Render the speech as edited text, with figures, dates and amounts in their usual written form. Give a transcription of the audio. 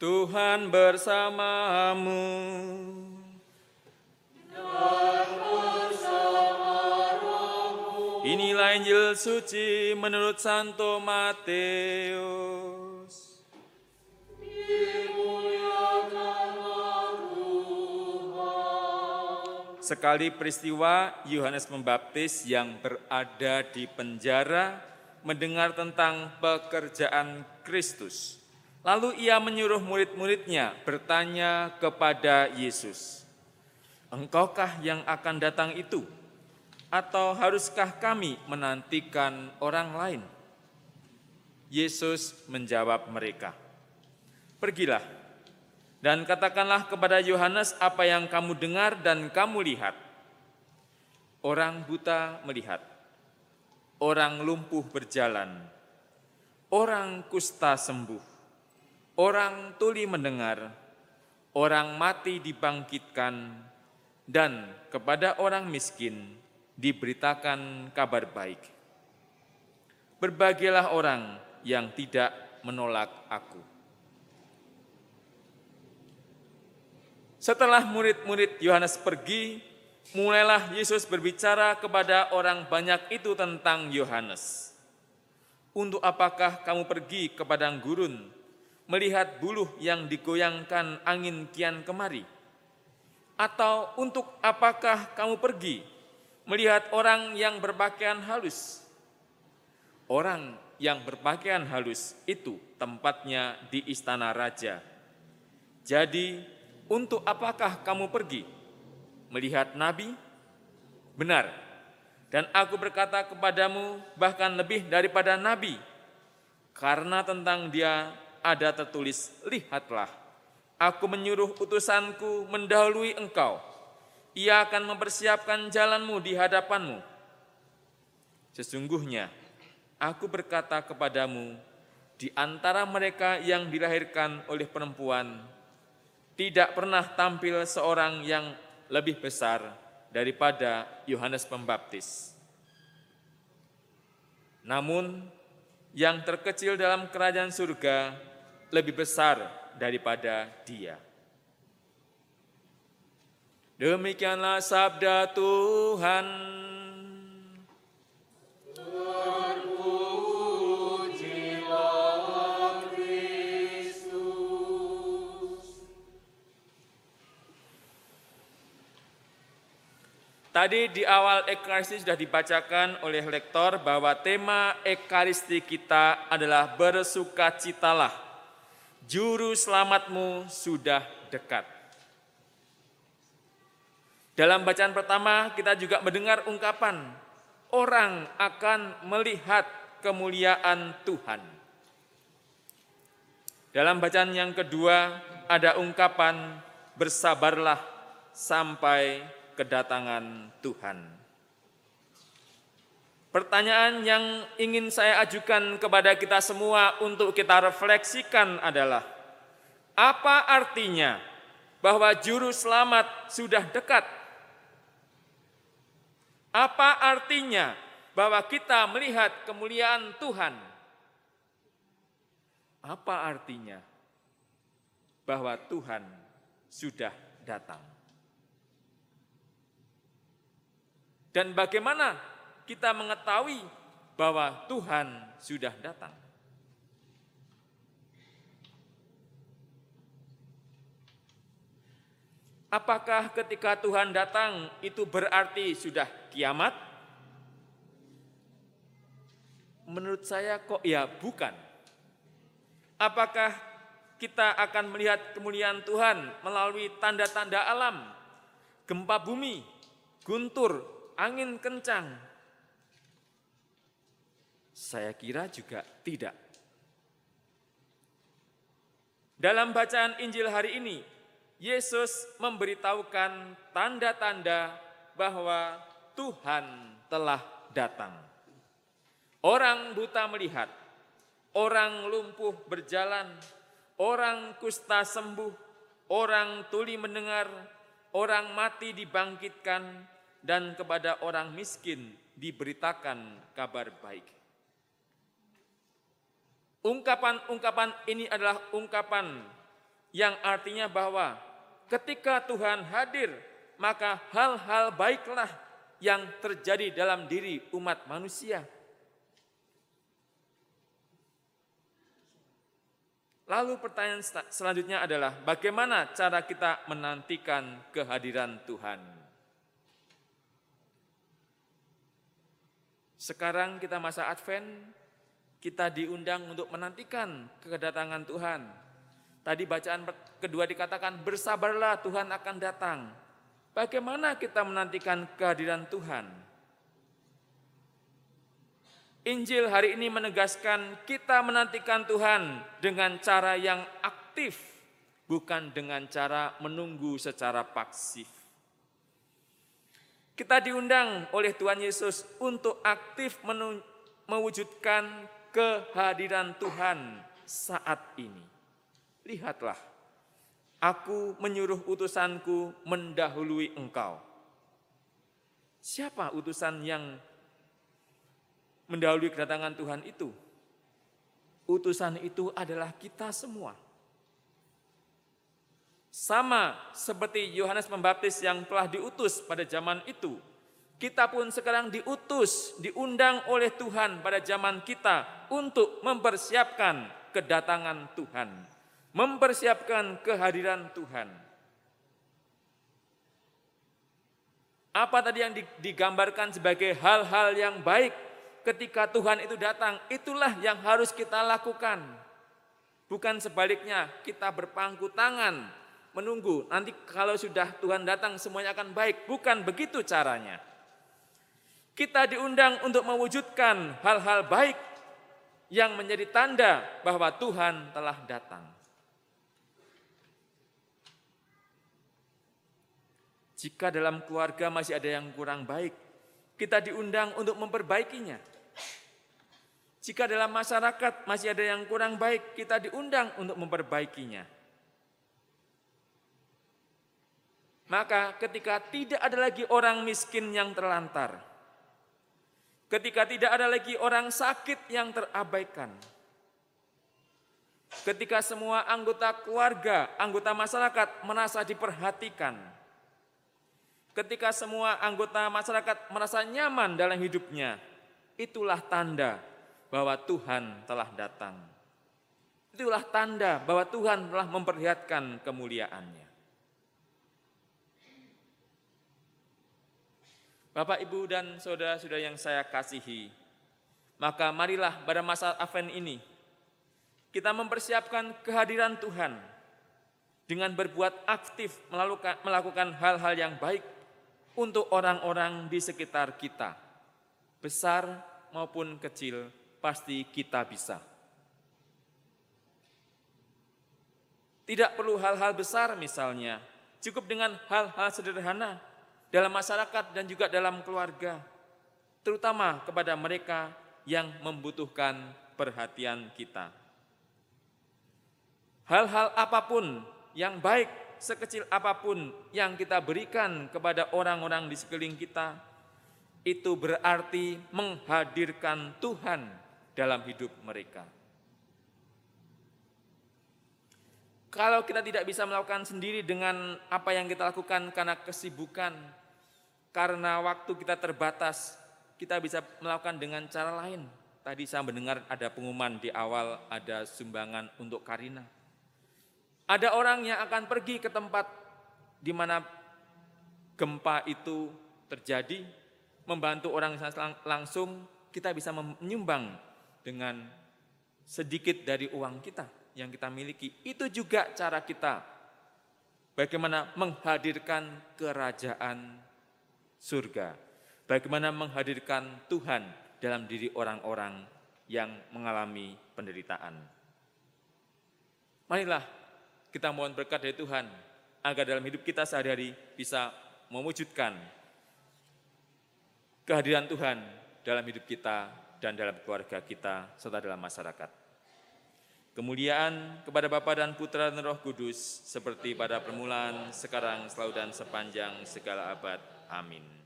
Tuhan bersamamu. Inilah Injil suci menurut Santo Matius. Sekali peristiwa Yohanes Pembaptis yang berada di penjara mendengar tentang pekerjaan Kristus. Lalu ia menyuruh murid-muridnya bertanya kepada Yesus, "Engkaukah yang akan datang itu? Atau haruskah kami menantikan orang lain?" Yesus menjawab mereka, "Pergilah dan katakanlah kepada Yohanes apa yang kamu dengar dan kamu lihat. Orang buta melihat, orang lumpuh berjalan, orang kusta sembuh, orang tuli mendengar, orang mati dibangkitkan, dan kepada orang miskin diberitakan kabar baik. Berbahagialah orang yang tidak menolak Aku." Setelah murid-murid Yohanes pergi, mulailah Yesus berbicara kepada orang banyak itu tentang Yohanes. "Untuk apakah kamu pergi ke padang gurun, melihat buluh yang digoyangkan angin kian kemari? Atau untuk apakah kamu pergi melihat orang yang berpakaian halus? Orang yang berpakaian halus itu tempatnya di istana raja. Jadi, untuk apakah kamu pergi melihat nabi? Benar, dan aku berkata kepadamu bahkan lebih daripada nabi, karena tentang dia ada tertulis, 'Lihatlah, aku menyuruh utusanku mendahului engkau. Ia akan mempersiapkan jalanmu di hadapanmu.' Sesungguhnya, aku berkata kepadamu, di antara mereka yang dilahirkan oleh perempuan, tidak pernah tampil seorang yang lebih besar daripada Yohanes Pembaptis. Namun, yang terkecil dalam kerajaan surga lebih besar daripada dia." Demikianlah sabda Tuhan. Tadi di awal Ekaristi sudah dibacakan oleh lektor bahwa tema Ekaristi kita adalah bersukacitalah, juru selamatmu sudah dekat. Dalam bacaan pertama kita juga mendengar ungkapan, orang akan melihat kemuliaan Tuhan. Dalam bacaan yang kedua ada ungkapan, bersabarlah sampai kedatangan Tuhan. Pertanyaan yang ingin saya ajukan kepada kita semua untuk kita refleksikan adalah, apa artinya bahwa juru selamat sudah dekat? Apa artinya bahwa kita melihat kemuliaan Tuhan? Apa artinya bahwa Tuhan sudah datang? Dan bagaimana kita mengetahui bahwa Tuhan sudah datang? Apakah ketika Tuhan datang itu berarti sudah kiamat? Menurut saya kok ya bukan. Apakah kita akan melihat kemuliaan Tuhan melalui tanda-tanda alam, gempa bumi, guntur, angin kencang? Saya kira juga tidak. Dalam bacaan Injil hari ini, Yesus memberitahukan tanda-tanda bahwa Tuhan telah datang. Orang buta melihat, orang lumpuh berjalan, orang kusta sembuh, orang tuli mendengar, orang mati dibangkitkan, dan kepada orang miskin diberitakan kabar baik. Ungkapan-ungkapan ini adalah ungkapan yang artinya bahwa ketika Tuhan hadir, maka hal-hal baiklah yang terjadi dalam diri umat manusia. Lalu pertanyaan selanjutnya adalah bagaimana cara kita menantikan kehadiran Tuhan? Sekarang kita masa Advent, kita diundang untuk menantikan kedatangan Tuhan. Tadi bacaan kedua dikatakan bersabarlah Tuhan akan datang. Bagaimana kita menantikan kehadiran Tuhan? Injil hari ini menegaskan kita menantikan Tuhan dengan cara yang aktif, bukan dengan cara menunggu secara pasif. Kita diundang oleh Tuhan Yesus untuk aktif mewujudkan kehadiran Tuhan saat ini. Lihatlah, aku menyuruh utusanku mendahului engkau. Siapa utusan yang mendahului kedatangan Tuhan itu? Utusan itu adalah kita semua. Sama seperti Yohanes Pembaptis yang telah diutus pada zaman itu, kita pun sekarang diutus, diundang oleh Tuhan pada zaman kita untuk mempersiapkan kedatangan Tuhan, mempersiapkan kehadiran Tuhan. Apa tadi yang digambarkan sebagai hal-hal yang baik ketika Tuhan itu datang, itulah yang harus kita lakukan. Bukan sebaliknya, kita berpangku tangan, menunggu, nanti kalau sudah Tuhan datang semuanya akan baik. Bukan begitu caranya. Kita diundang untuk mewujudkan hal-hal baik yang menjadi tanda bahwa Tuhan telah datang. Jika dalam keluarga masih ada yang kurang baik, kita diundang untuk memperbaikinya. Jika dalam masyarakat masih ada yang kurang baik, kita diundang untuk memperbaikinya. Maka ketika tidak ada lagi orang miskin yang terlantar, ketika tidak ada lagi orang sakit yang terabaikan, ketika semua anggota keluarga, anggota masyarakat merasa diperhatikan, ketika semua anggota masyarakat merasa nyaman dalam hidupnya, itulah tanda bahwa Tuhan telah datang. Itulah tanda bahwa Tuhan telah memperlihatkan kemuliaannya. Bapak, Ibu, dan saudara-saudara yang saya kasihi, maka marilah pada masa Advent ini kita mempersiapkan kehadiran Tuhan dengan berbuat aktif melakukan hal-hal yang baik untuk orang-orang di sekitar kita. Besar maupun kecil, pasti kita bisa. Tidak perlu hal-hal besar misalnya, cukup dengan hal-hal sederhana dalam masyarakat dan juga dalam keluarga, terutama kepada mereka yang membutuhkan perhatian kita. Hal-hal apapun yang baik, sekecil apapun yang kita berikan kepada orang-orang di sekeliling kita, itu berarti menghadirkan Tuhan dalam hidup mereka. Kalau kita tidak bisa melakukan sendiri dengan apa yang kita lakukan karena kesibukan, karena waktu kita terbatas, kita bisa melakukan dengan cara lain. Tadi saya mendengar ada pengumuman di awal, ada sumbangan untuk Karina. Ada orang yang akan pergi ke tempat di mana gempa itu terjadi, membantu orang langsung. Kita bisa menyumbang dengan sedikit dari uang kita yang kita miliki. Itu juga cara kita bagaimana menghadirkan kerajaan surga, bagaimana menghadirkan Tuhan dalam diri orang-orang yang mengalami penderitaan. Marilah kita mohon berkat dari Tuhan, agar dalam hidup kita sehari-hari bisa mewujudkan kehadiran Tuhan dalam hidup kita dan dalam keluarga kita, serta dalam masyarakat. Kemuliaan kepada Bapa dan Putra dan Roh Kudus, seperti pada permulaan, sekarang, selalu, dan sepanjang segala abad. Amin.